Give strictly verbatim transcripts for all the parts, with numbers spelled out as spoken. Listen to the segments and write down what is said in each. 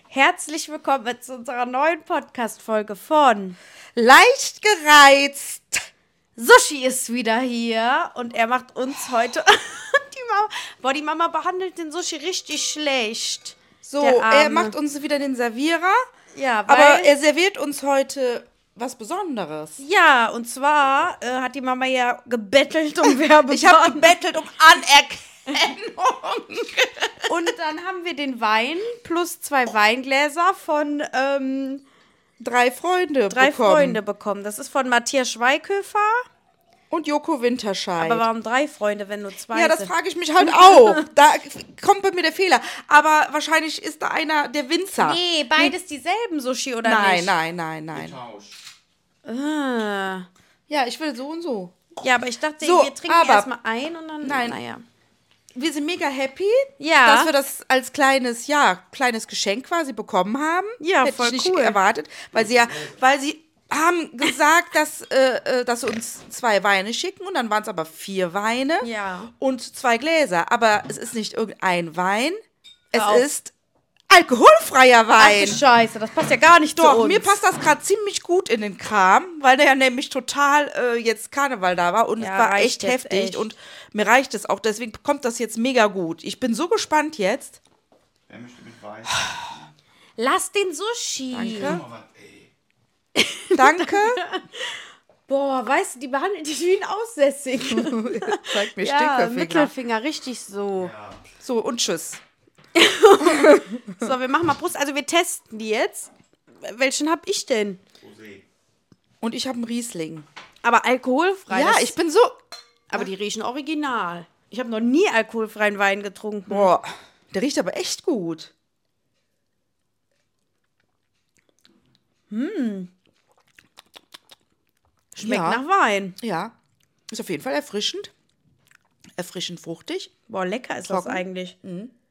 Herzlich willkommen zu unserer neuen Podcast-Folge von Leicht gereizt. Sushi ist wieder hier und er macht uns heute die Mama, boah, die Mama behandelt den Sushi richtig schlecht. So, Der Arme. er macht uns wieder den Servierer, Ja, weil, aber er serviert uns heute was Besonderes. ja, und zwar äh, hat die Mama ja gebettelt um Werbepartner. Ich habe gebettelt um Anerkennung. Und dann haben wir den Wein plus zwei Weingläser von ähm, Drei Freunde drei bekommen. Freunde bekommen. Das ist von Matthias Schweighöfer. Und Joko Winterscheid. Aber warum drei Freunde, wenn nur zwei Ja, das sind? frage ich mich halt auch. Da kommt bei mir der Fehler. Aber wahrscheinlich ist da einer der Winzer. Nee, beides dieselben Sushi, oder nein, nicht? nein, nein, nein. Ah. Ja, ich will so und so. Ja, aber ich dachte, So, wir trinken aber- erstmal ein und dann, Nein. naja. Wir sind mega happy, Ja. dass wir das als kleines, ja, kleines Geschenk quasi bekommen haben. Ja, Hätte voll ich nicht cool. erwartet, weil sie ja, weil sie haben gesagt, dass, äh, äh, dass sie uns zwei Weine schicken und dann waren es aber vier Weine Ja. und zwei Gläser. Aber es ist nicht irgendein Wein, es Hör auf. ist alkoholfreier Ach Wein. du Scheiße, das passt ja gar nicht zu Doch, uns. mir passt das gerade ziemlich gut in den Kram, weil da ja nämlich total äh, jetzt Karneval da war und Ja, es war reicht echt jetzt heftig echt. und mir reicht es auch, deswegen kommt das jetzt mega gut. Ich bin so gespannt jetzt. Wer möchte mit Weiß? Lass den Sushi. Danke. Oh, was, ey. Danke. Boah, weißt du, die behandelt dich wie ein Aussässigen. Zeigt mir Ja, Stinkefinger. Mittelfinger, richtig so. So, und tschüss. So, wir machen mal Brust. Also wir testen die jetzt. Welchen hab ich denn? Rosé. Und ich habe einen Riesling. Aber alkoholfrei. Ja, das- ich bin so... Aber die riechen original. Ich habe noch nie alkoholfreien Wein getrunken. Boah, der riecht aber echt gut. Schmeckt ja. nach Wein. Ja, ist auf jeden Fall erfrischend. Erfrischend fruchtig. Boah, lecker ist Trocken. das eigentlich.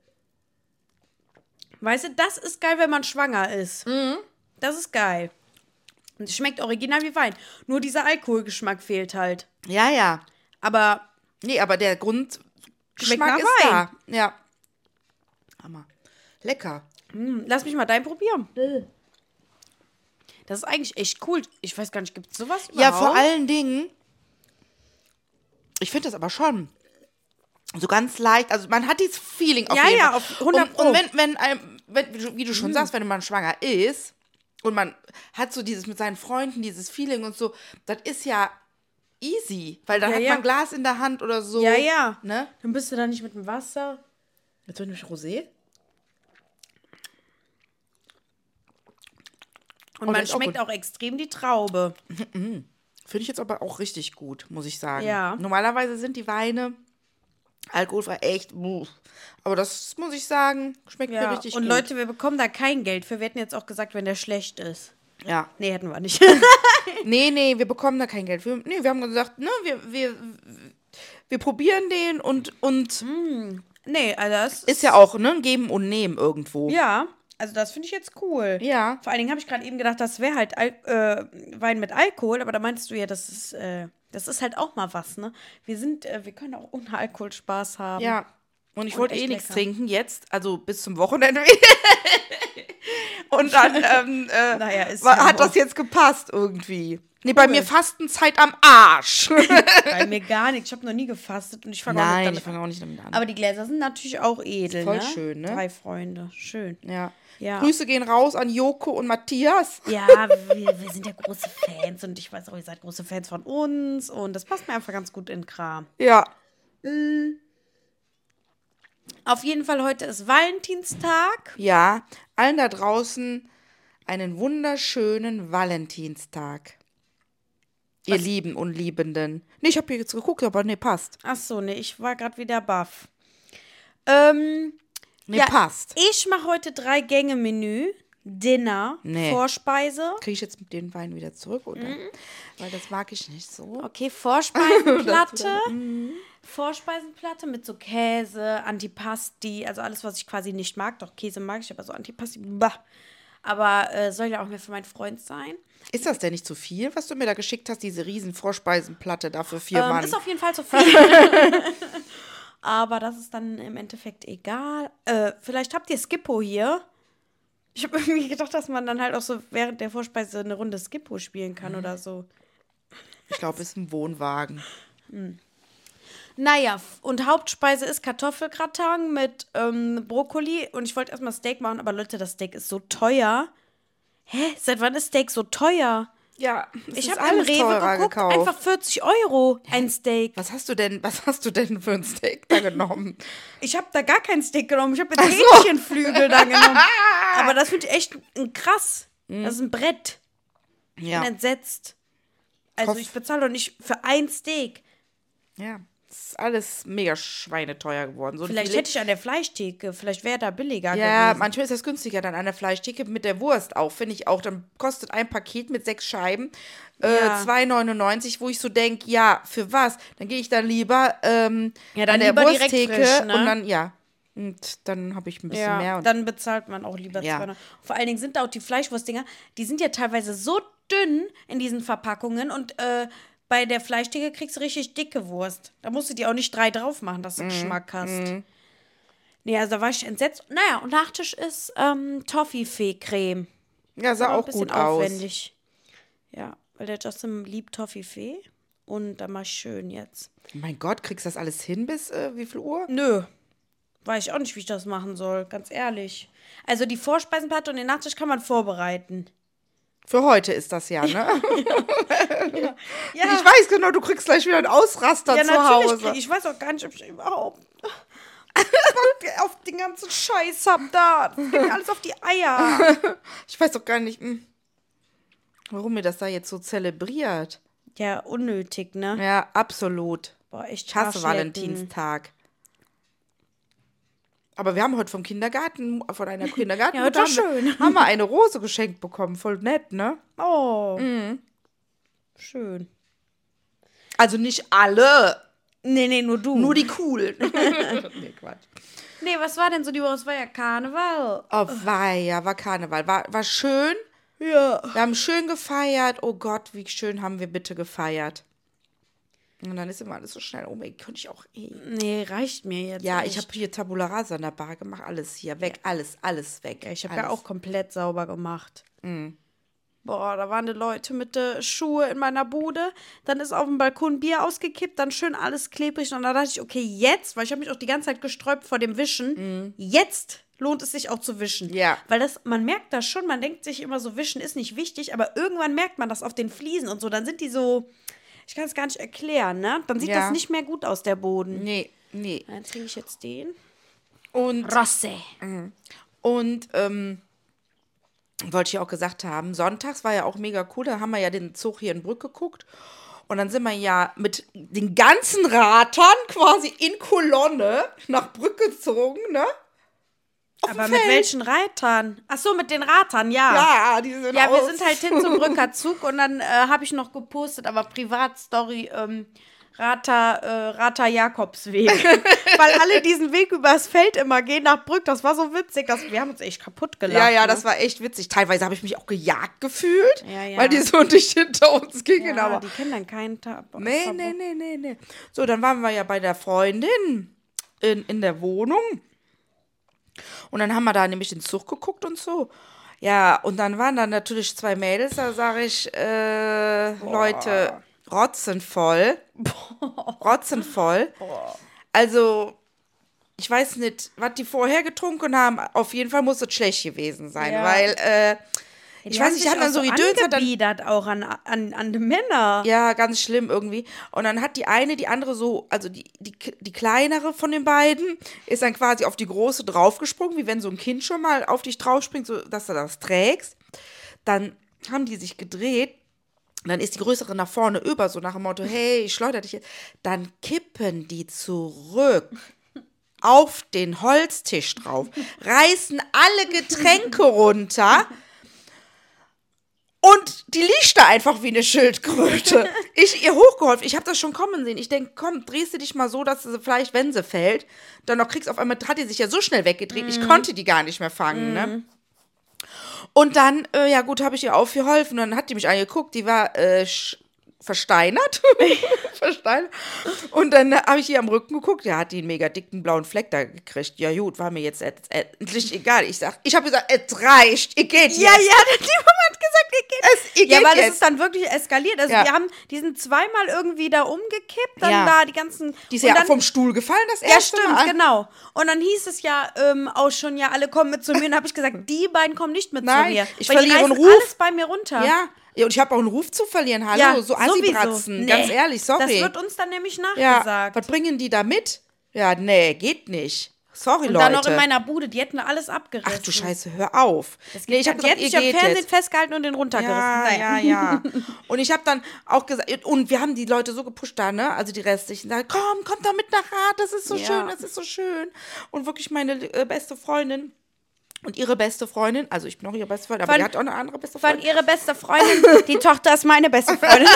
Weißt du, das ist geil, wenn man schwanger ist. Das ist geil. Und es schmeckt original wie Wein. Nur dieser Alkoholgeschmack fehlt halt. Ja, ja. Aber Nee, aber der Grundgeschmack Schmeckt nach ist Wein. da. Ja. Hammer. Lecker. mh, lass mich mal dein probieren. Das ist eigentlich echt cool. Ich weiß gar nicht, gibt es sowas Ja, überhaupt? vor allen Dingen, ich finde das aber schon so ganz leicht, also man hat dieses Feeling auf Ja, jeden ja, Fall. auf hundert Und, Pro. und wenn, wenn, einem, wenn, wie du- wie du schon sagst, wenn man schwanger ist und man hat so dieses mit seinen Freunden, dieses Feeling und so, das ist ja easy, weil dann Ja, hat ja. man Glas in der Hand oder so. Ja, ja. Ne? Dann bist du da nicht mit dem Wasser. Jetzt bin ich Rosé. Und Oh, man das ist auch schmeckt gut. auch extrem die Traube. Finde ich jetzt aber auch richtig gut, muss ich sagen. Ja. Normalerweise sind die Weine alkoholfrei echt, buh. Aber das muss ich sagen, schmeckt mir Ja. richtig Und gut. Leute, wir bekommen da kein Geld für. Wir hätten jetzt auch gesagt, wenn der schlecht ist. Ja. Nee, hätten wir nicht. Nee, nee, wir bekommen da kein Geld für. Nee, wir haben gesagt, ne, wir, wir, wir probieren den und, und nee, also das ist ja auch, ne, ein Geben und Nehmen irgendwo. Ja, also das finde ich jetzt cool. Ja. Vor allen Dingen habe ich gerade eben gedacht, das wäre halt Al äh, Wein mit Alkohol, aber da meinst du ja, das ist, äh, das ist halt auch mal was, ne? Wir sind, äh, wir können auch ohne Alkohol Spaß haben. Ja. Und ich Und wollte echt eh nichts lecker. trinken jetzt, also bis zum Wochenende. Und dann ähm, äh, Naja, ist war, ja hat auch- das jetzt gepasst irgendwie. Nee, bei Cool. mir Fastenzeit am Arsch. Bei mir gar nichts. Ich habe noch nie gefastet und ich fange auch nicht Nein, damit ich fange auch nicht damit an. Aber die Gläser sind natürlich auch edel, Voll ne? schön, ne? Drei Freunde, schön. ja. Ja. Grüße gehen raus an Joko und Matthias. Ja, wir, wir sind ja große Fans und ich weiß auch, ihr seid große Fans von uns und das passt mir einfach ganz gut in den Kram. Ja. Auf jeden Fall, heute ist Valentinstag. Ja, allen da draußen einen wunderschönen Valentinstag. Ihr Lieben und Liebenden. Nee, ich habe hier jetzt geguckt, aber nee, passt. Ach so, nee, ich war gerade wieder baff. Ähm, Nee, ja, passt. ich mache heute drei Gänge Menü, Dinner, Nee. Vorspeise. Kriege ich jetzt mit den Wein wieder zurück, oder? Weil das mag ich nicht so. Okay, Vorspeisenplatte. Vorspeisenplatte mit so Käse, Antipasti, also alles, was ich quasi nicht mag. Doch, Käse mag ich, aber so Antipasti, bah. Aber äh, soll ja auch mehr für meinen Freund sein. Ist das denn nicht zu viel, was du mir da geschickt hast, diese riesen Vorspeisenplatte da für vier Ähm, Mann? ist auf jeden Fall zu viel. Aber das ist dann im Endeffekt egal. Äh, vielleicht habt ihr Skippo hier. Ich habe irgendwie gedacht, dass man dann halt auch so während der Vorspeise eine Runde Skippo spielen kann mhm. oder so. Ich glaube, es ist ein Wohnwagen. Hm. Naja, und Hauptspeise ist Kartoffelgratin mit ähm, Brokkoli. Und ich wollte erstmal Steak machen, aber Leute, das Steak ist so teuer. Hä? Seit wann ist Steak so teuer? Ja, ich habe im Rewe geguckt, gekauft. Einfach vierzig Euro ein Steak. Was hast du denn, was hast du denn für ein Steak da genommen? Ich habe da gar kein Steak genommen, ich habe jetzt Hähnchenflügel da genommen. Aber das finde ich echt ein krass. Mhm. Das ist ein Brett. Ja. Ich bin entsetzt. Also Kopf. Ich bezahle doch nicht für ein Steak. Ja, das ist alles mega schweineteuer geworden. So vielleicht hätte ich an der Fleischtheke, vielleicht wäre da billiger ja, gewesen. manchmal ist das günstiger dann an der Fleischtheke mit der Wurst auch, finde ich auch. Dann kostet ein Paket mit sechs Scheiben äh, ja. zwei neunundneunzig, wo ich so denke, ja, für was? Dann gehe ich dann lieber ähm, ja, dann an der lieber Wursttheke frisch, ne? und dann, ja. Und dann habe ich ein bisschen ja, mehr. Und dann bezahlt man auch lieber ja. zweihundert. Vor allen Dingen sind da auch die Fleischwurstdinger, die sind ja teilweise so dünn in diesen Verpackungen und äh, bei der Fleischtheke kriegst du richtig dicke Wurst. Da musst du die auch nicht drei drauf machen, dass du mm, Geschmack hast. Mm. Nee, also da war ich entsetzt. Naja, und Nachtisch ist ähm, Toffifee-Creme. Ja, sah auch gut aufwendig. aus. Ja, weil der Justin liebt Toffifee. Und da mach ich schön jetzt. Mein Gott, kriegst du das alles hin bis äh, wie viel Uhr? Nö. Weiß ich auch nicht, wie ich das machen soll, ganz ehrlich. Also die Vorspeisenplatte und den Nachtisch kann man vorbereiten. Für heute ist das ja, ne? ja. Ja. Ich weiß genau, du kriegst gleich wieder einen Ausraster ja, zu Hause. Krieg, ich weiß auch gar nicht, ob ich überhaupt auf den ganzen Scheiß hab da. Das geht mir alles auf die Eier. Ich weiß auch gar nicht, warum mir das da jetzt so zelebriert. Ja, unnötig, ne? Ja, absolut. Boah, echt ich hasse Valentinstag. Aber wir haben heute vom Kindergarten, von einer Kindergarten, ja, das war schön. haben wir eine Rose geschenkt bekommen. Voll nett, ne? Oh. Mhm. Schön. Also nicht alle. Nee, nee, nur du. Nur die coolen. nee, Quatsch. Nee, was war denn so die Woche? Es war ja Karneval. Oh, war ja, war Karneval. War, war schön. Ja. Wir haben schön gefeiert. Oh Gott, wie schön haben wir bitte gefeiert. Und dann ist immer alles so schnell. Oh mein Gott, könnte ich auch eh. Nee, reicht mir jetzt Ja, nicht. ich habe hier Tabula Rasa in der Bar gemacht. Alles hier weg. Ja. Alles, alles weg. Ja, ich habe ja auch komplett sauber gemacht. Mhm. Boah, da waren die Leute mit den Schuhe in meiner Bude. Dann ist auf dem Balkon Bier ausgekippt. Dann schön alles klebrig. Und da dachte ich, okay, jetzt, weil ich habe mich auch die ganze Zeit gesträubt vor dem Wischen. Mhm. Jetzt lohnt es sich auch zu wischen. Ja. Weil das, man merkt das schon. Man denkt sich immer so, wischen ist nicht wichtig. Aber irgendwann merkt man das auf den Fliesen und so. Dann sind die so... Ich kann es gar nicht erklären, ne? Dann sieht ja. das nicht mehr gut aus, der Boden. Nee, nee. Dann trinke ich jetzt den. Und Rosse. Mhm. Und, ähm, wollte ich auch gesagt haben, sonntags war ja auch mega cool. Da haben wir ja den Zug hier in Brück geguckt. Und dann sind wir ja mit den ganzen Ratern quasi in Kolonne nach Brück gezogen, ne? Auf Aber mit welchen Reitern? Ach so, mit den Ratern, ja. Ja, die sind Ja, aus. wir sind halt hin zum Brücker Zug und dann äh, habe ich noch gepostet, aber Privatstory, ähm, Rater, äh, Rater Jakobsweg. Weil alle diesen Weg übers Feld immer gehen nach Brück. Das war so witzig. Das, wir haben uns echt kaputt gelacht. Ja, ja, ne? das war echt witzig. Teilweise habe ich mich auch gejagt gefühlt, ja, ja. weil die so dicht hinter uns gingen. Ja, aber die kennen dann keinen Tag. Nee, nee, nee, nee, nee. So, dann waren wir ja bei der Freundin in, in der Wohnung. Und dann haben wir da nämlich den Zug geguckt und so. Ja, und dann waren da natürlich zwei Mädels, da sage ich, äh, Leute, rotzenvoll. Boah. Rotzenvoll. Boah. Also, ich weiß nicht, was die vorher getrunken haben. Auf jeden Fall muss es schlecht gewesen sein, ja. weil, äh, ja, ich weiß nicht, die haben dann so Gedöns. Angebiedert auch an, an, an die Männer. Ja, ganz schlimm irgendwie. Und dann hat die eine, die andere so, also die, die, die kleinere von den beiden, ist dann quasi auf die große draufgesprungen, wie wenn so ein Kind schon mal auf dich draufspringt, so dass du das trägst. Dann haben die sich gedreht. Und dann ist die größere nach vorne über, so nach dem Motto, hey, ich schleudere dich jetzt. Dann kippen die zurück auf den Holztisch drauf, reißen alle Getränke runter. Und die liegt da einfach wie eine Schildkröte. Ich ihr hochgeholfen. Ich habe das schon kommen sehen. Ich denke, komm, drehst du dich mal so, dass sie vielleicht, wenn sie fällt, dann noch kriegst. Auf einmal hat die sich ja so schnell weggedreht. Mm. Ich konnte die gar nicht mehr fangen, mm. ne? Und dann, äh, ja gut, habe ich ihr aufgeholfen. Und dann hat die mich angeguckt. Die war äh, sch- versteinert. versteinert. Und dann habe ich ihr am Rücken geguckt, ja, hat die einen mega dicken blauen Fleck da gekriegt. Ja gut, war mir jetzt endlich egal. Ich sag, ich habe gesagt, es reicht, ihr geht jetzt. Ja, ja, die Mama hat gesagt, ihr geht. Es, ihr ja, geht weil das jetzt. ist dann wirklich eskaliert. Also Ja. die haben, die sind zweimal irgendwie da umgekippt, dann Ja. da die ganzen... Die ist und ja dann, auch vom Stuhl gefallen, das Ja, erste stimmt, Mal. genau. Und dann hieß es ja ähm, auch schon, ja, alle kommen mit zu mir. Und habe ich gesagt, die beiden kommen nicht mit Nein, zu mir. ich weil die verliere einen reißen Ruf. alles bei mir runter. Ja. ja, und ich habe auch einen Ruf zu verlieren. Hallo, Ja, so sowieso. Assi-Bratzen, Nee. ganz ehrlich, sorry. Das wird uns dann nämlich ja, nachgesagt. was bringen die da mit? Ja, nee, geht nicht. Sorry, Und Leute. dann noch in meiner Bude, die hätten alles abgerissen. Ach du Scheiße, hör auf. Das Nee, ich ich habe die gesagt, hätten ihr sich am geht Fernsehen jetzt. festgehalten und den runtergerissen. Ja, Naja. ja, ja. Und ich habe dann auch gesagt, und wir haben die Leute so gepusht da, ne? Also die restlichen, sagen, komm, kommt da mit nach Rat, das ist so Ja. schön, das ist so schön. Und wirklich meine äh, beste Freundin und ihre beste Freundin, also ich bin auch ihre beste Freundin, aber Von- die hat auch eine andere beste Von Freundin. ihre beste Freundin, die Tochter ist meine beste Freundin.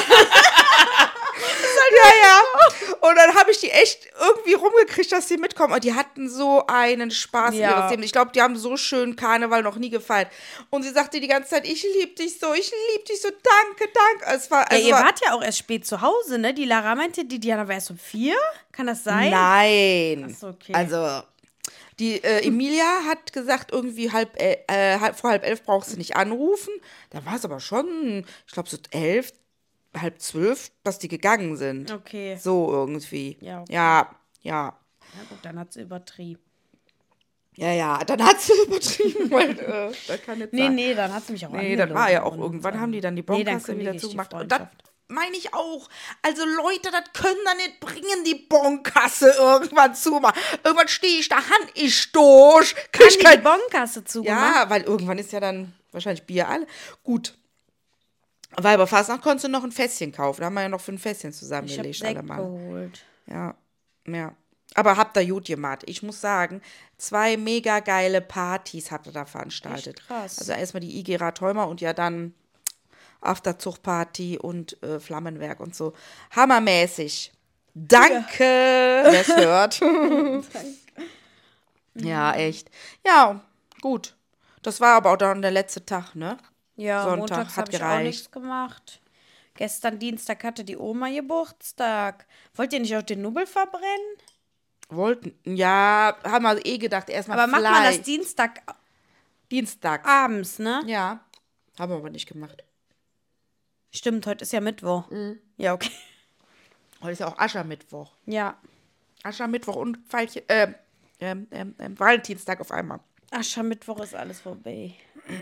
Ja, ja. Und dann habe ich die echt irgendwie rumgekriegt, dass sie mitkommen. Und die hatten so einen Spaß in Ja. ihres Lebens. Ich glaube, die haben so schön Karneval noch nie gefeiert. Und sie sagte die ganze Zeit, ich liebe dich so, ich liebe dich so, danke, danke. Es war, Ja, also ihr war, wart ja auch erst spät zu Hause, ne? Die Lara meinte, die Diana war erst um vier. Kann das sein? Nein. Ach so, okay. Also, die äh, Emilia hat gesagt, irgendwie halb, äh, äh, halb, vor halb elf brauchst du nicht anrufen. Da war es aber schon, ich glaube, so elf, halb zwölf, dass die gegangen sind. Okay. So irgendwie. Ja, okay. ja, ja. Ja gut, dann hat sie übertrieben. Ja, ja, dann hat sie übertrieben, weil äh, das kann nicht Nee, sein. nee, dann hat sie mich auch Nee, das angelogen war ja auch und, irgendwann, ähm, haben die dann die nee, dann Bonkasse kündige wieder ich die zugemacht. Und das Freundschaft. meine ich auch. Also Leute, das können da nicht bringen, die Bonkasse irgendwann zumachen. Irgendwann stehe ich da, Hand ich durch, Haben krieg die die kein... Bonkasse zugemacht? Ja, weil irgendwann ist ja dann wahrscheinlich Bier alle. Gut. Weil bei Fastnacht konntest du noch ein Fässchen kaufen. Da haben wir ja noch für ein Fässchen Ich hab zusammengelegt, alle Sekt Mann. geholt. Ja, ja. Aber habt ihr gut gemacht. Ich muss sagen, zwei mega geile Partys habt ihr da veranstaltet. Echt krass. Also erstmal die I G Rathheumer und ja dann Afterzug-Party und äh, Flammenwerk und so. Hammermäßig. Danke, wer es hört. Ja, echt. Ja, gut. Das war aber auch dann der letzte Tag, ne? Ja, Sonntag montags hat habe ich auch gereicht. nichts gemacht. Gestern Dienstag hatte die Oma Geburtstag. Wollt ihr nicht auch den Nubbel verbrennen? Wollten, ja, haben wir eh gedacht, erstmal Aber macht man das vielleicht. Dienstagabends, Dienstags. ne? Ja, haben wir aber nicht gemacht. Stimmt, heute ist ja Mittwoch. Mhm. Ja, okay. Heute ist ja auch Aschermittwoch. Ja. Aschermittwoch und Veilchen, äh, ähm, ähm, ähm, Valentinstag auf einmal. Aschermittwoch ist alles vorbei.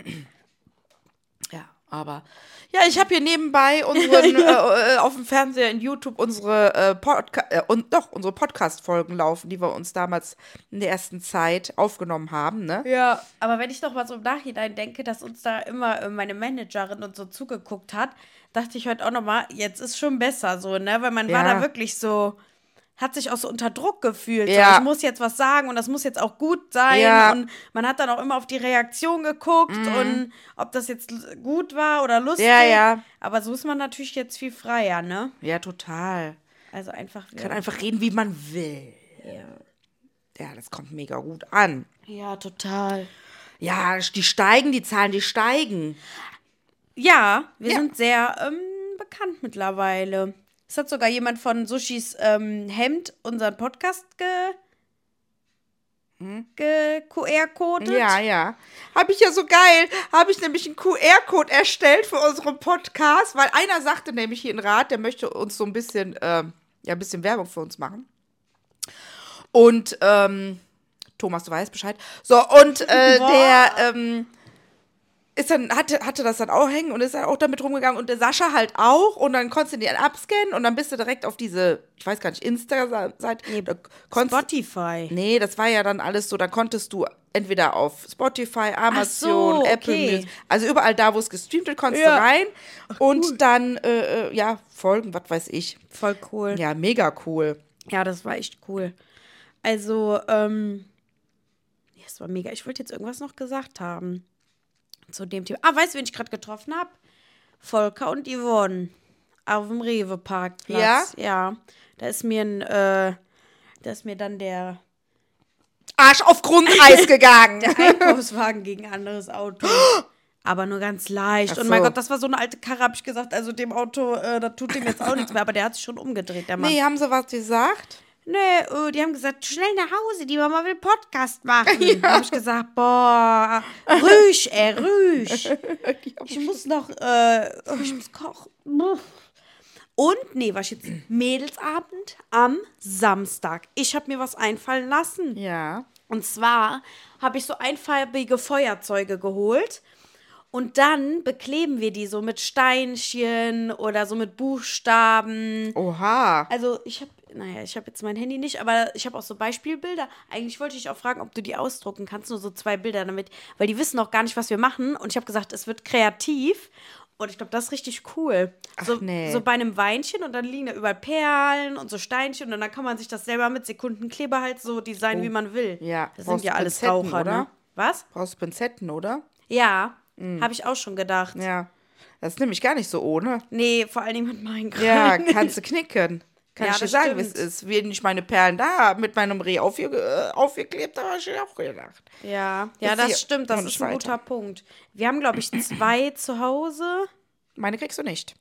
Ja, aber. Ja, ich habe hier nebenbei unseren, äh, äh, auf dem Fernseher in YouTube unsere, äh, Podca äh, und doch, unsere Podcast-Folgen laufen, die wir uns damals in der ersten Zeit aufgenommen haben, ne? Ja, aber wenn ich noch mal so im Nachhinein denke, dass uns da immer äh, meine Managerin und so zugeguckt hat, dachte ich heute auch noch mal, jetzt ist schon besser so, ne? Weil man war Ja. da wirklich so, hat sich auch so unter Druck gefühlt. Ja. So, ich muss jetzt was sagen und das muss jetzt auch gut sein. Ja. Und man hat dann auch immer auf die Reaktion geguckt und ob das jetzt l- gut war oder lustig. Ja, ja. Aber so ist man natürlich jetzt viel freier, ne? Ja, total. Also einfach. Kann einfach reden, wie man will. Ja, das kommt mega gut an. Ja, total. Ja, die steigen, die Zahlen, die steigen. Ja, wir Ja. sind sehr ähm, bekannt mittlerweile. Es hat sogar jemand von Sushis ähm, Hemd unseren Podcast ge, ge Q R-codet. Hm? Ja, ja. Habe ich ja so geil. Habe ich nämlich einen Q R-Code erstellt für unseren Podcast, weil einer sagte nämlich hier in Rat, der möchte uns so ein bisschen, ähm, ja, ein bisschen Werbung für uns machen. Und, ähm, Thomas, du weißt Bescheid. So, und äh, Boah. der, ähm, ist dann, hatte, hatte das dann auch hängen und ist dann auch damit rumgegangen und der Sascha halt auch und dann konntest du den abscannen und dann bist du direkt auf diese, ich weiß gar nicht, Insta-Seite. Nee, Da konntest- Spotify. Nee, das war ja dann alles so, da konntest du entweder auf Spotify, Amazon, so, Apple okay. Music, also überall da, wo es gestreamt wird, konntest Ja. du rein und dann, äh, äh, ja, folgen, was weiß ich. Voll cool. Ja. Ja, mega cool. das war echt cool. Also, ähm, ja, es war mega. Ich wollte jetzt irgendwas noch gesagt haben. Zu dem Thema. Ah, weißt du, wen ich gerade getroffen habe? Volker und Yvonne. Auf dem Rewe-Parkplatz. Ja? Ja. Da ist mir ein, äh, da ist mir dann der, Arsch auf Grundeis gegangen. der Einkaufswagen gegen ein anderes Auto Aber nur ganz leicht. Ach Und mein so. Gott, das war so eine alte Karre, habe ich gesagt. Also dem Auto, äh, das tut dem jetzt auch nichts mehr. Aber der hat sich schon umgedreht, der Mann. Nee, haben sie was gesagt? Nee, äh, die haben gesagt, schnell nach Hause, die Mama will Podcast machen. Ja. Da habe ich gesagt, boah, ruhig, ey, ruhig. Ich muss noch, äh, ich muss kochen. Und, nee, was jetzt? Mädelsabend am Samstag. Ich habe mir was einfallen lassen. Ja. Und zwar habe ich so einfarbige Feuerzeuge geholt. Und dann bekleben wir die so mit Steinchen oder so mit Buchstaben. Oha. Also ich habe, naja, ich habe jetzt mein Handy nicht, aber ich habe auch so Beispielbilder. Eigentlich wollte ich auch fragen, ob du die ausdrucken kannst, nur so zwei Bilder damit, weil die wissen auch gar nicht, was wir machen. Und ich habe gesagt, es wird kreativ. Und ich glaube, das ist richtig cool. Ach, so, nee. so bei einem Weinchen und dann liegen da überall Perlen und so Steinchen und dann kann man sich das selber mit Sekundenkleber halt so designen, Oh. wie man will. Ja. Das Brauchst sind ja du alles Pinzetten, Raucher, oder? ne? Was? Brauchst du Pinzetten, oder? Ja, habe ich auch schon gedacht. Ja. Das ist nämlich gar nicht so ohne. Nee, vor allen Dingen mit meinen Ja, Krallen. kannst du knicken. Kann Ja, ich dir das sagen, wie es stimmt. ist. Wenn ich meine Perlen da mit meinem Reh aufge äh, aufgeklebt habe, habe ich auch gedacht. Ja, ja, Bis hier das stimmt, das und ist nicht ein weiter. guter Punkt. Wir haben, glaube ich, zwei zu Hause. Meine kriegst du nicht.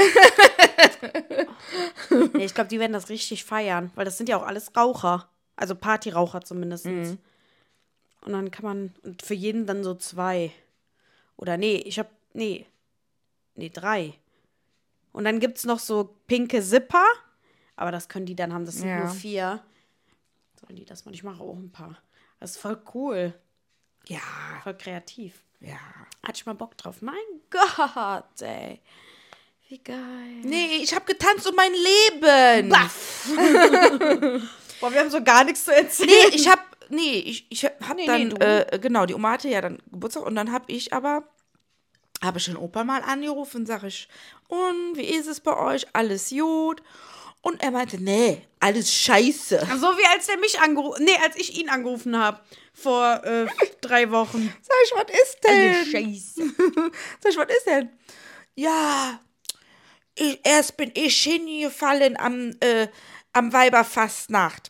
Nee, ich glaube, die werden das richtig feiern, weil das sind ja auch alles Raucher. Also Partyraucher zumindest. Mhm. Und dann kann man, und für jeden dann so zwei. Oder nee, ich hab, nee, nee, drei. Und dann gibt's noch so pinke Zipper, aber das können die dann haben, das sind Ja. nur vier. Sollen die das mal? Ich mache auch ein paar. Das ist voll cool, Ja. voll kreativ. Ja. Hatte ich mal Bock drauf. Mein Gott, ey. Wie geil. Nee, ich habe getanzt um mein Leben. Baff. Boah, wir haben so gar nichts zu erzählen. Nee, ich hab, nee, ich, ich hab Nee, dann, nee, du. äh, genau, die Oma hatte ja dann Geburtstag und dann hab ich aber, habe ich den Opa mal angerufen, sag ich, und wie ist es bei euch? Alles gut? Und er meinte, nee, alles scheiße. So wie als der mich angerufen, nee, als ich ihn angerufen habe vor äh, drei Wochen. Sag ich, was ist denn? Scheiße. Sag ich, was ist denn? Ja, ich, erst bin ich hingefallen am, äh, am Weiberfastnacht.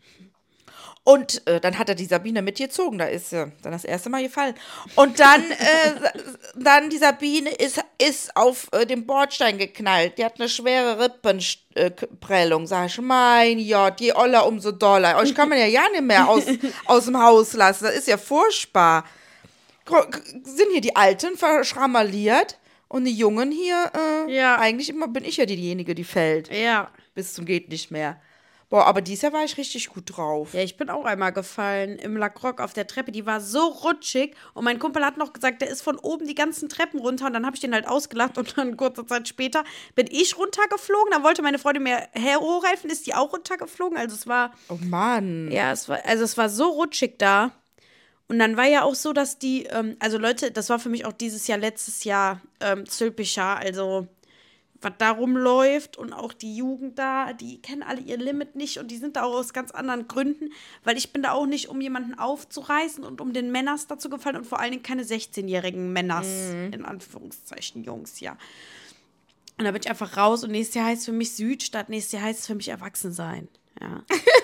Und äh, dann hat er die Sabine mitgezogen, da ist sie dann das erste Mal gefallen. Und dann, äh, dann die Sabine ist, ist auf äh, den Bordstein geknallt. Die hat eine schwere Rippenprellung. Sag ich, mein Gott, je oller, umso doller. Euch kann man ja ja nicht mehr aus, aus dem Haus lassen. Das ist ja furchtbar. Gro- g- Sind hier die Alten verschrammeliert und die Jungen hier, äh, Ja. eigentlich immer bin ich ja diejenige, die fällt. Ja. Bis zum geht nicht mehr. Boah, aber dieses Jahr war ich richtig gut drauf. Ja, ich bin auch einmal gefallen im Lacroix auf der Treppe. Die war so rutschig. Und mein Kumpel hat noch gesagt, der ist von oben die ganzen Treppen runter. Und dann habe ich den halt ausgelacht. Und dann kurze Zeit später bin ich runtergeflogen. Dann wollte meine Freundin mir her- hochhelfen. Ist die auch runtergeflogen. Also es war, Oh Mann. ja, es war, also es war so rutschig da. Und dann war ja auch so, dass die, ähm, also Leute, das war für mich auch dieses Jahr, letztes Jahr ähm, Zülpicher. Also was da rumläuft und auch die Jugend da, die kennen alle ihr Limit nicht und die sind da auch aus ganz anderen Gründen, weil ich bin da auch nicht, um jemanden aufzureißen und um den Männers dazu gefallen und vor allen Dingen keine sechzehnjährigen Männers, in Anführungszeichen Jungs, ja. Und da bin ich einfach raus und nächstes Jahr heißt für mich Südstadt, nächstes Jahr heißt es für mich Erwachsensein, ja.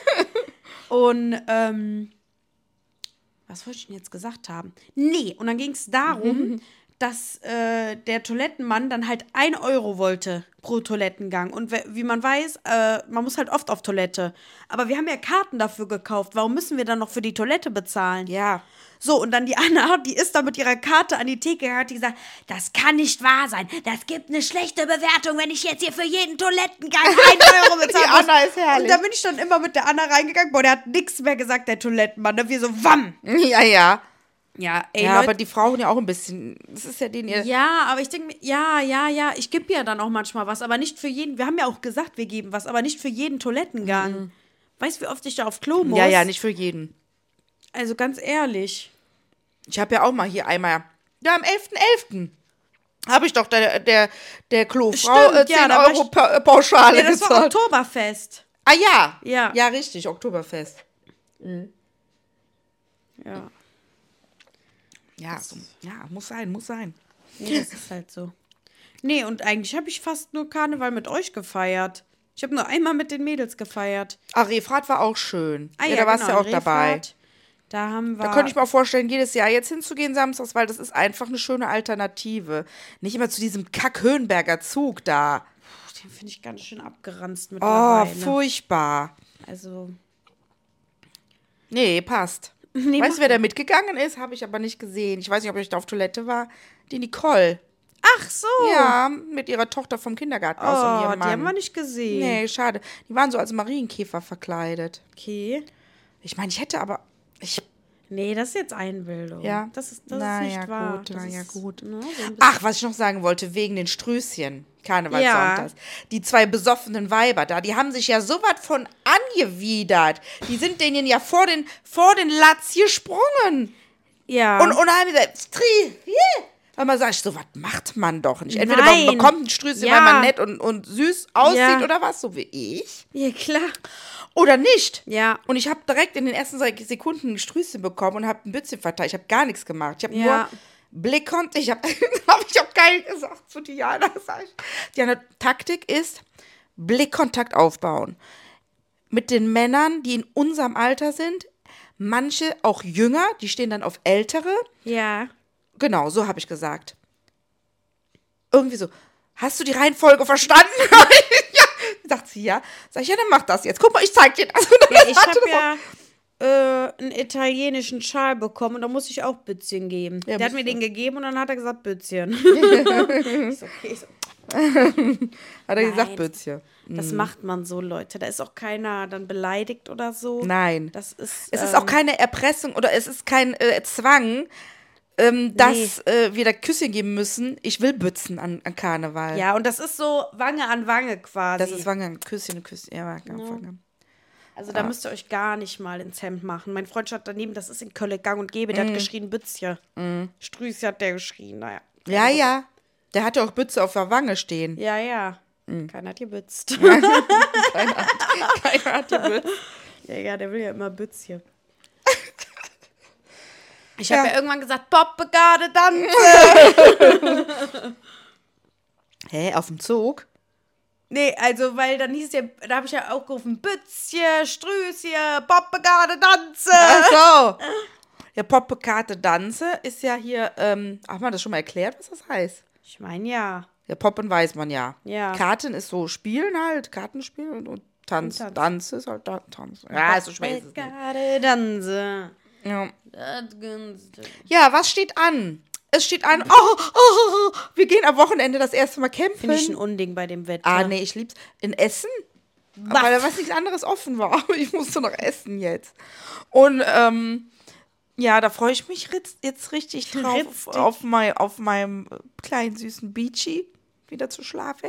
Und, ähm, was wollte ich denn jetzt gesagt haben? Nee, und dann ging es darum, dass äh, der Toilettenmann dann halt ein Euro wollte pro Toilettengang. Und we- wie man weiß, äh, man muss halt oft auf Toilette. Aber wir haben ja Karten dafür gekauft. Warum müssen wir dann noch für die Toilette bezahlen? Ja. So, und dann die Anna, die ist da mit ihrer Karte an die Theke gegangen, hat die gesagt, das kann nicht wahr sein. Das gibt eine schlechte Bewertung, wenn ich jetzt hier für jeden Toilettengang ein Euro bezahlen Die muss. Anna ist herrlich. Und da bin ich dann immer mit der Anna reingegangen. Boah, der hat nichts mehr gesagt, der Toilettenmann. Da wir so, wamm. Ja, ja. Ja, ey, Ja, Leute. aber die brauchen ja auch ein bisschen. Das ist ja den ihr. Ja, aber ich denke mir, ja, ja, ja, ich gebe ja dann auch manchmal was, aber nicht für jeden. Wir haben ja auch gesagt, wir geben was, aber nicht für jeden Toilettengang. Weißt du, wie oft ich da auf Klo muss? Ja, ja, nicht für jeden. Also ganz ehrlich. Ich habe ja auch mal hier einmal. Ja, am elften elften habe ich doch der, der, der Klofrau Stimmt, äh, ja, zehn da war Euro ich- pa Pauschale Ja, das war gezahlt. Oktoberfest. Ah ja. Ja. Ja, richtig, Oktoberfest. Ja, Ja, so, ja, muss sein, muss sein. nee, das ist halt so. Nee, und eigentlich habe ich fast nur Karneval mit euch gefeiert. Ich habe nur einmal mit den Mädels gefeiert. Ah, Refrat war auch schön. Ah, ja, da warst du ja genau, auch dabei. Refrat. Da haben wir. Da könnte ich mir auch vorstellen, jedes Jahr jetzt hinzugehen samstags, weil das ist einfach eine schöne Alternative. Nicht immer zu diesem Kack-Höhenberger Zug da. Den finde ich ganz schön abgeranzt Oh, mittlerweile. furchtbar. Also. Nee, passt. Nee, weißt du, wer da mitgegangen ist? Habe ich aber nicht gesehen. Ich weiß nicht, ob ich da auf Toilette war. Die Nicole. Ach so. Ja, mit ihrer Tochter vom Kindergarten aus und Oh, ihrem die Mann. haben wir nicht gesehen. Nee, schade. Die waren so als Marienkäfer verkleidet. Okay. Ich meine, ich hätte aber. Ich, Nee, das ist jetzt Einbildung. Ja. Das ist, das Na ist nicht ja, wahr. gut, das na ja, ist, gut. Ne, so ein bisschen- Ach, was ich noch sagen wollte, wegen den Strößchen. Karnevalssonntags. Die zwei besoffenen Weiber da, die haben sich ja so was von angewidert. Die sind denen ja vor den, vor den Latz gesprungen. Ja. Und, und haben gesagt, Tri, yeah. Weil man sagt, so was macht man doch nicht. Entweder Nein. man bekommt ein Strößchen, Ja. weil man nett und, und süß aussieht Ja. oder was, so wie ich. ja, klar. Oder nicht. Ja. Und ich habe direkt in den ersten Sekunden ein Strüßchen bekommen und habe ein Bützchen verteilt. Ich habe gar nichts gemacht. Ich habe Ja. nur Blickkontakt. Ich habe hab ich hab geil gesagt zu Diana. Sag ich. Diana, Taktik ist Blickkontakt aufbauen. Mit den Männern, die in unserem Alter sind. Manche auch jünger, die stehen dann auf Ältere. Ja. Genau, so habe ich gesagt. Irgendwie so. Hast du die Reihenfolge verstanden? Ja. Sagt sie, ja. Sag ich, ja, dann mach das jetzt. Guck mal, ich zeig dir das. Ja, ich habe ja äh, einen italienischen Schal bekommen und da muss ich auch Bützchen geben. Ja, Der hat musst mir du. den gegeben und dann hat er gesagt Bützchen. Ich so, okay, ich so, Hat er gesagt, Nein. Bützchen. das macht man so, Leute. Da ist auch keiner dann beleidigt oder so. Nein. Das ist. Es ist ähm, auch keine Erpressung oder es ist kein äh, Zwang, ähm, dass äh, wir da Küsschen geben müssen. Ich will bützen an, an Karneval. Ja, und das ist so Wange an Wange quasi. Das ist Wange, Küsschen, Küsschen. Ja, Wange, ja. Wange. Also da müsst ihr euch gar nicht mal ins Hemd machen. Mein Freund stand daneben, das ist in Köln gang und gäbe. Der Mm. hat geschrien, Bützchen. Strüßchen hat der geschrien, naja. Ja, ja. Der hatte auch Bütze auf der Wange stehen. Ja, ja. Mm. Keiner hat gebützt. Keiner hat, keiner hat die Bütze. ja, ja, der will ja immer Bützchen. Ich Ja. habe ja irgendwann gesagt, Poppegarde dann. Hä, auf dem Zug? Nee, also, weil dann hieß ja, da habe ich ja auch gerufen, Bützchen, Strüßchen, Poppegarde Danze. Ach so. Ja, Poppekarte Danze ist ja hier, ähm, hat man das schon mal erklärt, was das heißt? Ich meine, ja. Ja, Poppen weiß man ja. Ja. Karten ist so Spielen halt, Kartenspielen und, und Tanz. Und Tanz. Tanz ist halt da, Tanz. Ja, ist so schwer. Ist es nicht. Poppegarde Danze. Ja. Das Günste. ja, was steht an? Es steht an, oh, oh, oh, oh, wir gehen am Wochenende das erste Mal campen. Finde ich ein Unding bei dem Wetter. ah, nee, ich lieb's. In Essen? Was? Weil da was nichts anderes offen war. Ich musste noch essen jetzt. Und, ähm, ja, da freue ich mich ritz- jetzt richtig drauf, Richtig. auf, mein, auf meinem kleinen süßen Beachy wieder zu schlafen.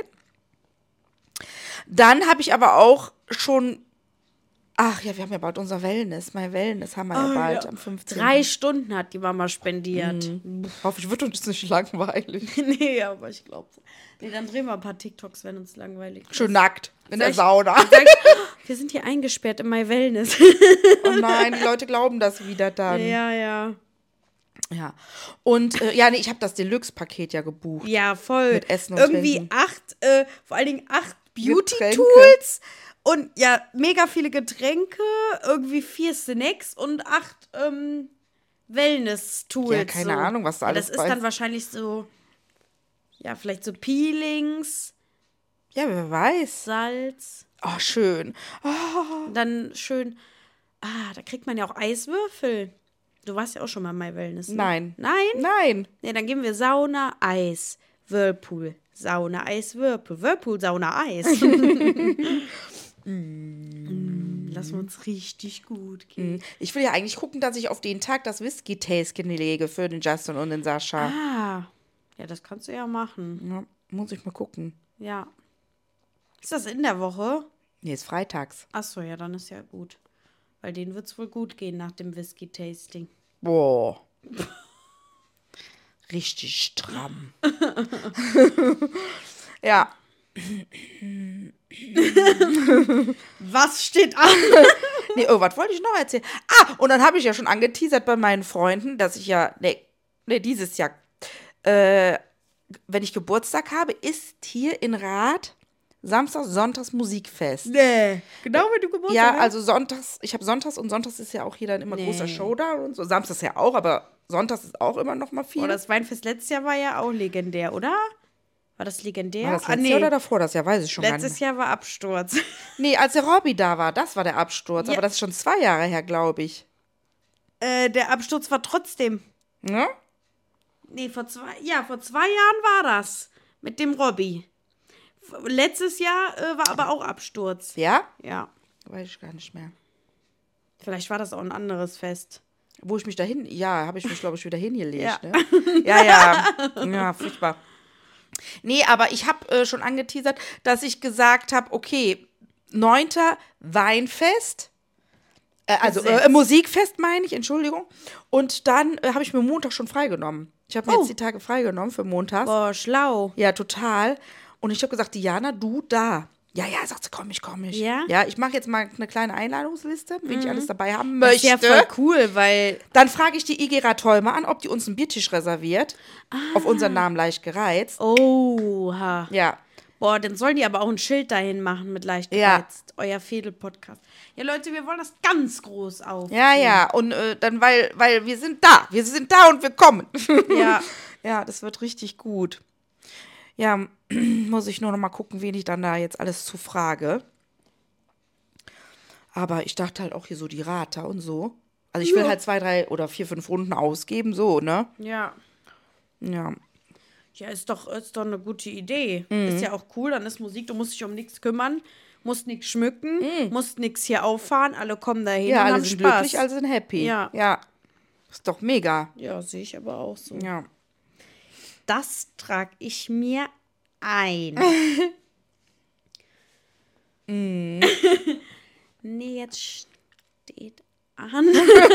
Dann habe ich aber auch schon, ach ja, wir haben ja bald unser Wellness. Mein Wellness haben wir ja bald am fünfzehnten Drei Stunden hat die Mama spendiert. Hoffentlich wird uns nicht langweilig. nee, aber ich glaube. Nee, dann drehen wir ein paar TikToks, wenn uns langweilig ist. Schön nackt in der ich- Sauna. Sag, wir sind hier eingesperrt in My Wellness. Oh nein, die Leute glauben das wieder dann. ja, ja. Ja. Und äh, ja, nee, ich habe das Deluxe-Paket ja gebucht. Ja, voll. Mit Essen und Irgendwie Trinken. acht, äh, vor allen Dingen acht Getränke. Beauty-Tools und ja, mega viele Getränke, irgendwie vier Snacks und acht ähm, Wellness-Tools. Ja, keine so. Ahnung, was da ja, alles Das ist bei dann ist. wahrscheinlich so, ja, vielleicht so Peelings, Ja, wer weiß. Salz. Oh, schön. Oh, Und dann schön, ah, da kriegt man ja auch Eiswürfel. Du warst ja auch schon mal in My Wellness, ne? Nein. Nein? nein. Ne, dann geben wir Sauna, Eis, Whirlpool. Sauna, Eis, Whirlpool. Whirlpool, Sauna, Eis. mm, lassen wir uns richtig gut gehen. Ich will ja eigentlich gucken, dass ich auf den Tag das Whisky-Tasting lege für den Justin und den Sascha. Ah, ja, das kannst du ja machen. Ja, muss ich mal gucken. Ja. Ist das in der Woche? Nee, ist freitags. Achso, ja, dann ist ja gut. Weil denen wird es wohl gut gehen nach dem Whisky-Tasting. Boah. Richtig stramm. ja. Was steht an? Nee, oh, was wollte ich noch erzählen? Ah, und dann habe ich ja schon angeteasert bei meinen Freunden, dass ich ja, nee, nee dieses Jahr, äh, wenn ich Geburtstag habe, ist hier in Rath Samstags, Sonntags Musikfest. Nee. Genau, wenn du Geburtstag Ja, hast? also Sonntags, ich habe Sonntags und Sonntags ist ja auch hier dann immer Nee. großer Showdown und so. Samstags ja auch, aber Sonntags ist auch immer noch mal viel. Oh, das Weinfest letztes Jahr war ja auch legendär, oder? War das legendär? war das Ah, letztes nee. Jahr oder davor? Das Jahr weiß ich schon gar Letztes nicht. Jahr war Absturz. Nee, als der Robby da war, das war der Absturz. Ja. Aber das ist schon zwei Jahre her, glaube ich. äh, der Absturz war trotzdem. Ne? Nee, vor zwei, ja, vor zwei Jahren war das. Mit dem Robby. F- Letztes Jahr äh, war aber auch Absturz. Ja? Ja. Weiß ich gar nicht mehr. Vielleicht war das auch ein anderes Fest. Wo ich mich dahin, ja, habe ich mich, glaube ich, wieder hingelegt. Ja. Ne? Ja, ja. Ja, furchtbar. Nee, aber ich habe äh, schon angeteasert, dass ich gesagt habe, okay, neunter Weinfest, äh, also Gesetz. äh, Musikfest meine ich, Entschuldigung. Und dann äh, habe ich mir Montag schon freigenommen. Ich habe mir Oh. jetzt die Tage freigenommen für Montags. Boah, schlau. Ja, total. Und ich habe gesagt, Diana, du da. Ja, ja, sagt sie, komm ich, komm ich. Ja? Ja, ich mache jetzt mal eine kleine Einladungsliste, wen ich alles dabei haben Das ist möchte. ja voll cool, weil Dann frage ich die I G Rathäumer an, ob die uns einen Biertisch reserviert. Auf unseren Namen leicht gereizt. Oha. Ja. Boah, dann sollen die aber auch ein Schild dahin machen mit leicht Ja. gereizt. Euer Fädel-Podcast. Ja, Leute, wir wollen das ganz groß auf. Ja, ja. Und äh, dann, weil, weil wir sind da. Wir sind da und wir kommen. Ja. Ja, das wird richtig gut. Ja, muss ich nur noch mal gucken, wen ich dann da jetzt alles zu frage. Aber ich dachte halt auch hier so die Rater und so. Also ich will Ja. halt zwei, drei oder vier, fünf Runden ausgeben, so, ne? Ja. Ja. Ja, ist doch, ist doch eine gute Idee. Mhm. Ist ja auch cool, dann ist Musik, du musst dich um nichts kümmern, musst nichts schmücken, Mhm. musst nichts hier auffahren, alle kommen dahin Ja, und alle haben sind Spaß. glücklich, alle sind happy. Ja. Ja. Ist doch mega. Ja, sehe ich aber auch so. Ja. Das trage ich mir ein. Mhm. Nee, jetzt steht an.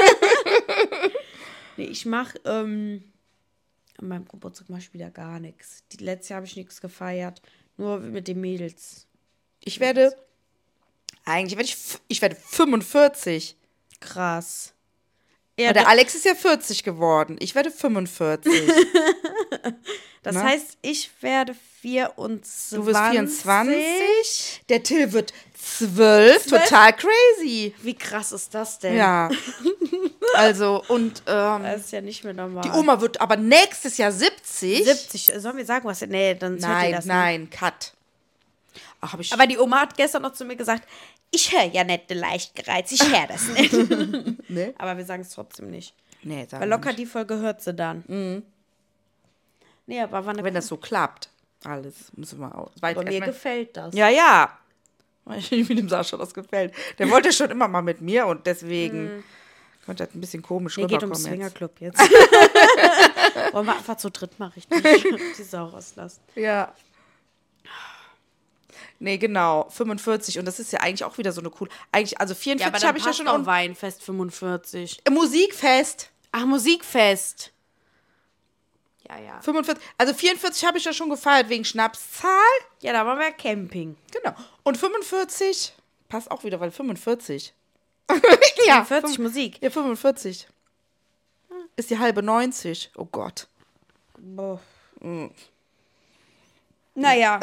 Nee, ich mache ähm, an meinem Geburtstag mache ich wieder gar nichts. Die letztes Jahr habe ich nichts gefeiert. Nur mit den Mädels. Ich werde, eigentlich werde ich, f- ich werde fünfundvierzig. Krass. Ja, Ja, der da- Alex ist ja vierzig geworden. Ich werde fünfundvierzig. das ne? heißt, ich werde vierundzwanzig. Du wirst vierundzwanzig. Der Till wird zwölf. Zwölf? Total crazy. Wie krass ist das denn? Ja. Also, und ähm, Das ist ja nicht mehr normal. die Oma wird aber nächstes Jahr siebzig. siebzig. Sollen wir sagen, was? Nee, dann hört ihr Nein, das nein, Cut. Ach, hab ich. Aber die Oma hat gestern noch zu mir gesagt, ich höre ja nicht leicht gereizt, ich höre das nicht. ne? Aber wir sagen es trotzdem nicht. Nee, sag Weil mal locker nicht. die Folge hört sie dann. Mhm. Nee, aber war eine Wenn das so klappt. Alles. Müssen wir auch. Weit aber mir erstmal- gefällt das. Ja, ja. Wie dem Sascha das gefällt. Der wollte schon immer mal mit mir und deswegen könnte das ein bisschen komisch Mir geht rüberkommen ums jetzt. Swingerclub jetzt. Wollen wir einfach zu dritt mal richtig die Sau rauslassen. Ja. Nee, genau. fünfundvierzig. Und das ist ja eigentlich auch wieder so eine coole. Eigentlich, also vierundvierzig habe ich ja schon. auch Und Weinfest fünfundvierzig. Musikfest. Ach, Musikfest. Ja, ja. fünfundvierzig. Also vierundvierzig habe ich ja schon gefeiert wegen Schnapszahl. Ja, da waren wir Camping. Genau. Und fünfundvierzig. Passt auch wieder, weil fünfundvierzig. Ja, vierzig Musik. Ja, fünfundvierzig. Ist die halbe neunzig. Oh Gott. Boah. Naja.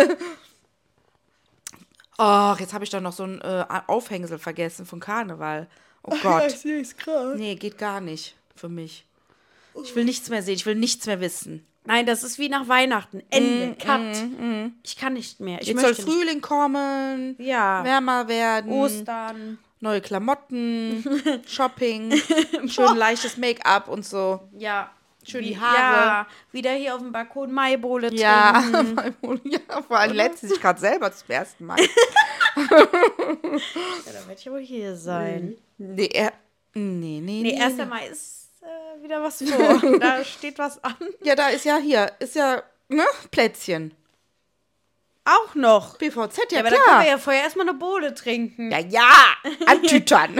Ach, jetzt habe ich doch noch so ein äh, Aufhängsel vergessen von Karneval. Oh Gott. sehe es gerade. Nee, geht gar nicht für mich. Ich will nichts mehr sehen, ich will nichts mehr wissen. Nein, das ist wie nach Weihnachten. Ende. Cut. Ich kann nicht mehr. Ich Jetzt soll möchte nicht. Frühling kommen, Ja. wärmer werden, Ostern. neue Klamotten, Shopping, schön leichtes Make-up und so. Ja. Schön Wie- die Haare. Ja, wieder hier auf dem Balkon Maibohle Ja, trinken. ja, vor allem letztens ich gerade selber zum ersten Mal. Ja, da werde ich aber hier sein. Nee, er, nee, nee, Nee, nee. erster Mai ist äh, wieder was vor. Da steht was an. Ja, da ist ja hier, ist ja, ne, Plätzchen. Auch noch. B V Z, ja, Ja, aber da klar. können wir ja vorher erstmal eine Bohle trinken. Ja, ja, antütern.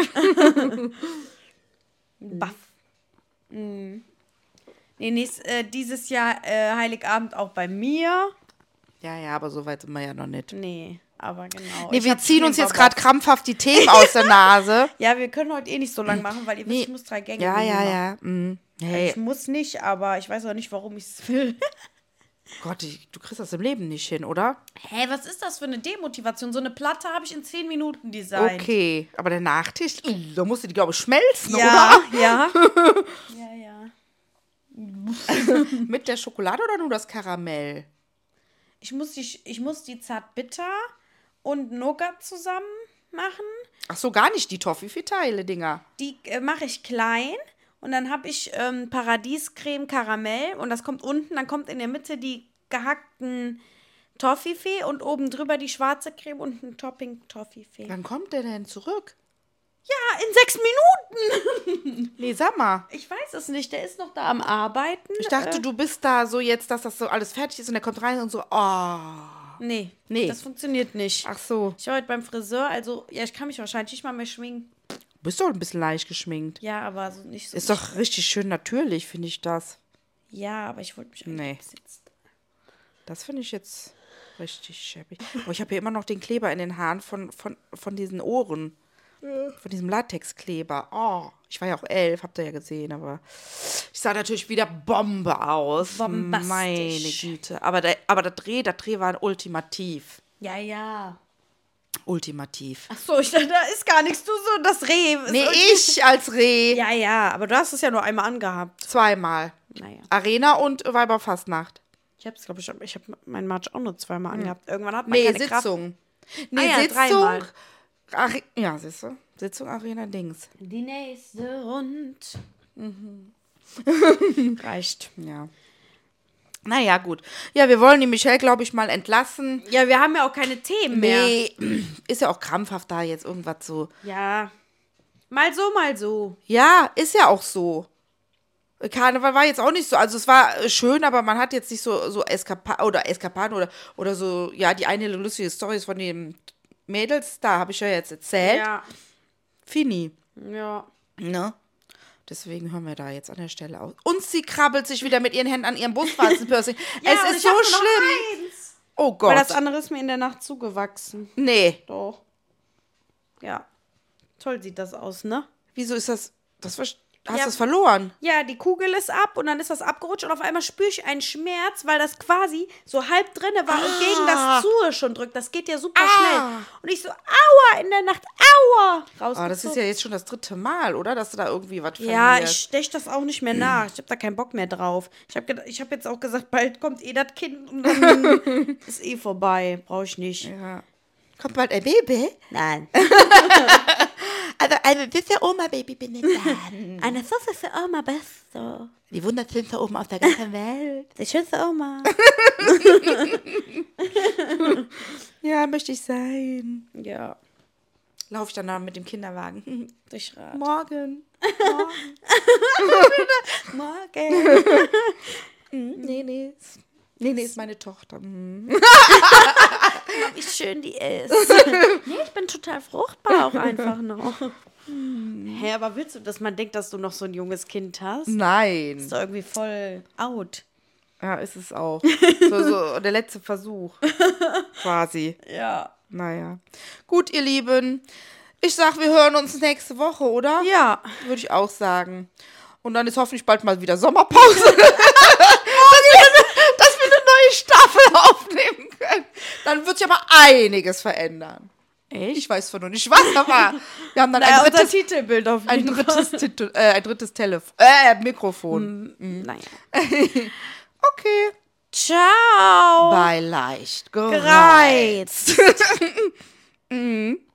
Baff. Mhm. Nee, nächst, äh, dieses Jahr äh, Heiligabend auch bei mir. Ja, ja, aber so weit sind wir ja noch nicht. Nee, aber genau. Nee, Ich wir hab ziehen schon uns den jetzt Bock gerade auf- krampfhaft die Themen aus der Nase. Ja, wir können heute eh nicht so lang machen, weil ihr wisst, Nee. ich muss drei Gänge Ja, ja, machen. ja. Mhm. Also Hey. ich muss nicht, aber ich weiß auch nicht, warum ich es will. Gott, ich, du kriegst das im Leben nicht hin, oder? Hä, was ist das für eine Demotivation? So eine Platte habe ich in zehn Minuten designt. Okay, aber der Nachtisch, uh, da musst du die, glaube ich, schmelzen, Ja, oder? ja. Ja, ja. Mit der Schokolade oder nur das Karamell? Ich muss die, ich muss die Zartbitter und Nougat zusammen machen. Ach so, gar nicht die Toffifee-Teile-Dinger. Die äh, mache ich klein. Und dann habe ich ähm, Paradiescreme Karamell. Und das kommt unten. Dann kommt in der Mitte die gehackten Toffifee. Und oben drüber die schwarze Creme und ein Topping Toffifee. Wann kommt der denn zurück? Ja, in sechs Minuten. Nee, sag mal. Ich weiß es nicht. Der ist noch da am Arbeiten. Ich dachte, äh, du bist da so jetzt, dass das so alles fertig ist und der kommt rein und so, oh. Nee, Nee. das funktioniert nicht. Ach so. Ich war heute beim Friseur. Also, ja, ich kann mich wahrscheinlich nicht mal mehr schminken. Du bist doch ein bisschen leicht geschminkt. Ja, aber so nicht so. Ist doch richtig schön natürlich, finde ich das. Ja, aber ich wollte mich eigentlich Nee. ein bisschen... Das finde ich jetzt richtig schäbig. Oh, ich habe hier immer noch den Kleber in den Haaren von, von, von diesen Ohren. Von diesem Latexkleber. Oh, ich war ja auch elf, habt ihr ja gesehen, aber ich sah natürlich wieder Bombe aus. Bombastisch. Meine Güte. Aber der, aber der Dreh, der Dreh war ultimativ. Ja, ja. Ultimativ. Ach so, ich dachte, da ist gar nichts. Du so das Reh. ist Nee, irgendwie- ich als Reh. Ja, ja, aber du hast es ja nur einmal angehabt. Zweimal. Naja. Arena und Weiberfastnacht. Ich hab's, glaube ich, ich habe meinen Matsch auch nur zweimal angehabt. Irgendwann hat man Nee, keine Kraft. Sitzung. Nee, Ah ja, Sitzung. dreimal. Are ja, siehst du? Sitzung, Arena, Dings. Die nächste Rund. Mhm. Reicht. Ja. Naja, gut. Ja, wir wollen die Michelle, glaube ich, mal entlassen. Ja, wir haben ja auch keine Themen mehr. Nee, ist ja auch krampfhaft da jetzt irgendwas so. Ja. Mal so, mal so. Ja, ist ja auch so. Karneval war jetzt auch nicht so, also es war äh, schön, aber man hat jetzt nicht so, so Eskapa oder Eskapaden oder, oder so, ja, die eine lustige Story ist von den Mädels, da habe ich ja jetzt erzählt. Ja. Fini, Ja. ne? Deswegen hören wir da jetzt an der Stelle aus. Und sie krabbelt sich wieder mit ihren Händen an ihrem Brustwarzenpiercing. Ja, und es ich ist so hab nur noch schlimm. eins. Oh Gott. Weil das andere ist mir in der Nacht zugewachsen. Nee. Doch. Ja. Toll sieht das aus, ne? Wieso ist das, das ver- hast Ja. du es verloren? Ja, die Kugel ist ab und dann ist das abgerutscht und auf einmal spüre ich einen Schmerz, weil das quasi so halb drinne war und gegen das Zuhe schon drückt. Das geht ja super Ah. schnell. Und ich so, aua, in der Nacht, aua, rausgezogen. Ah, das ist ja jetzt schon das dritte Mal, oder? Dass du da irgendwie was Ja, verlierst. ich stech das auch nicht mehr nach. Ich habe da keinen Bock mehr drauf. Ich habe ich hab jetzt auch gesagt, bald kommt eh das Kind und dann ist eh vorbei. Brauche ich nicht. Ja. Kommt bald ein Baby? Nein. Also eine süße Oma-Baby bin ich dann. Eine Soße für Oma, beste. Die wunderschönste Oma auf der ganzen Welt. Die schönste Oma. Ja, möchte ich sein. Ja, Lauf ich dann da mit dem Kinderwagen. durch Rad. Morgen. Morgen. Nee, nee. ist- Nee, nee, ist meine Tochter. Mhm. Wie schön die ist. Nee, ich bin total fruchtbar auch einfach noch. Hä, aber willst du, dass man denkt, dass du noch so ein junges Kind hast? Nein. Ist doch irgendwie voll out. Ja, ist es auch. So, so der letzte Versuch. Quasi. Ja. Naja. Gut, ihr Lieben. Ich sag, wir hören uns nächste Woche, oder? Ja. Würde ich auch sagen. Und dann ist hoffentlich bald mal wieder Sommerpause. dass, wir eine, dass wir eine neue Staffel aufnehmen können. Dann wird sich aber einiges verändern. Echt? Ich weiß zwar noch nicht was, aber wir haben dann Naja, ein unser drittes, Titelbild auf ein jeden Fall. drittes, Titel, äh, ein drittes Telefon, äh, Mikrofon. Naja. Okay. Ciao. Bei leicht gereizt. Gereizt. Mhm.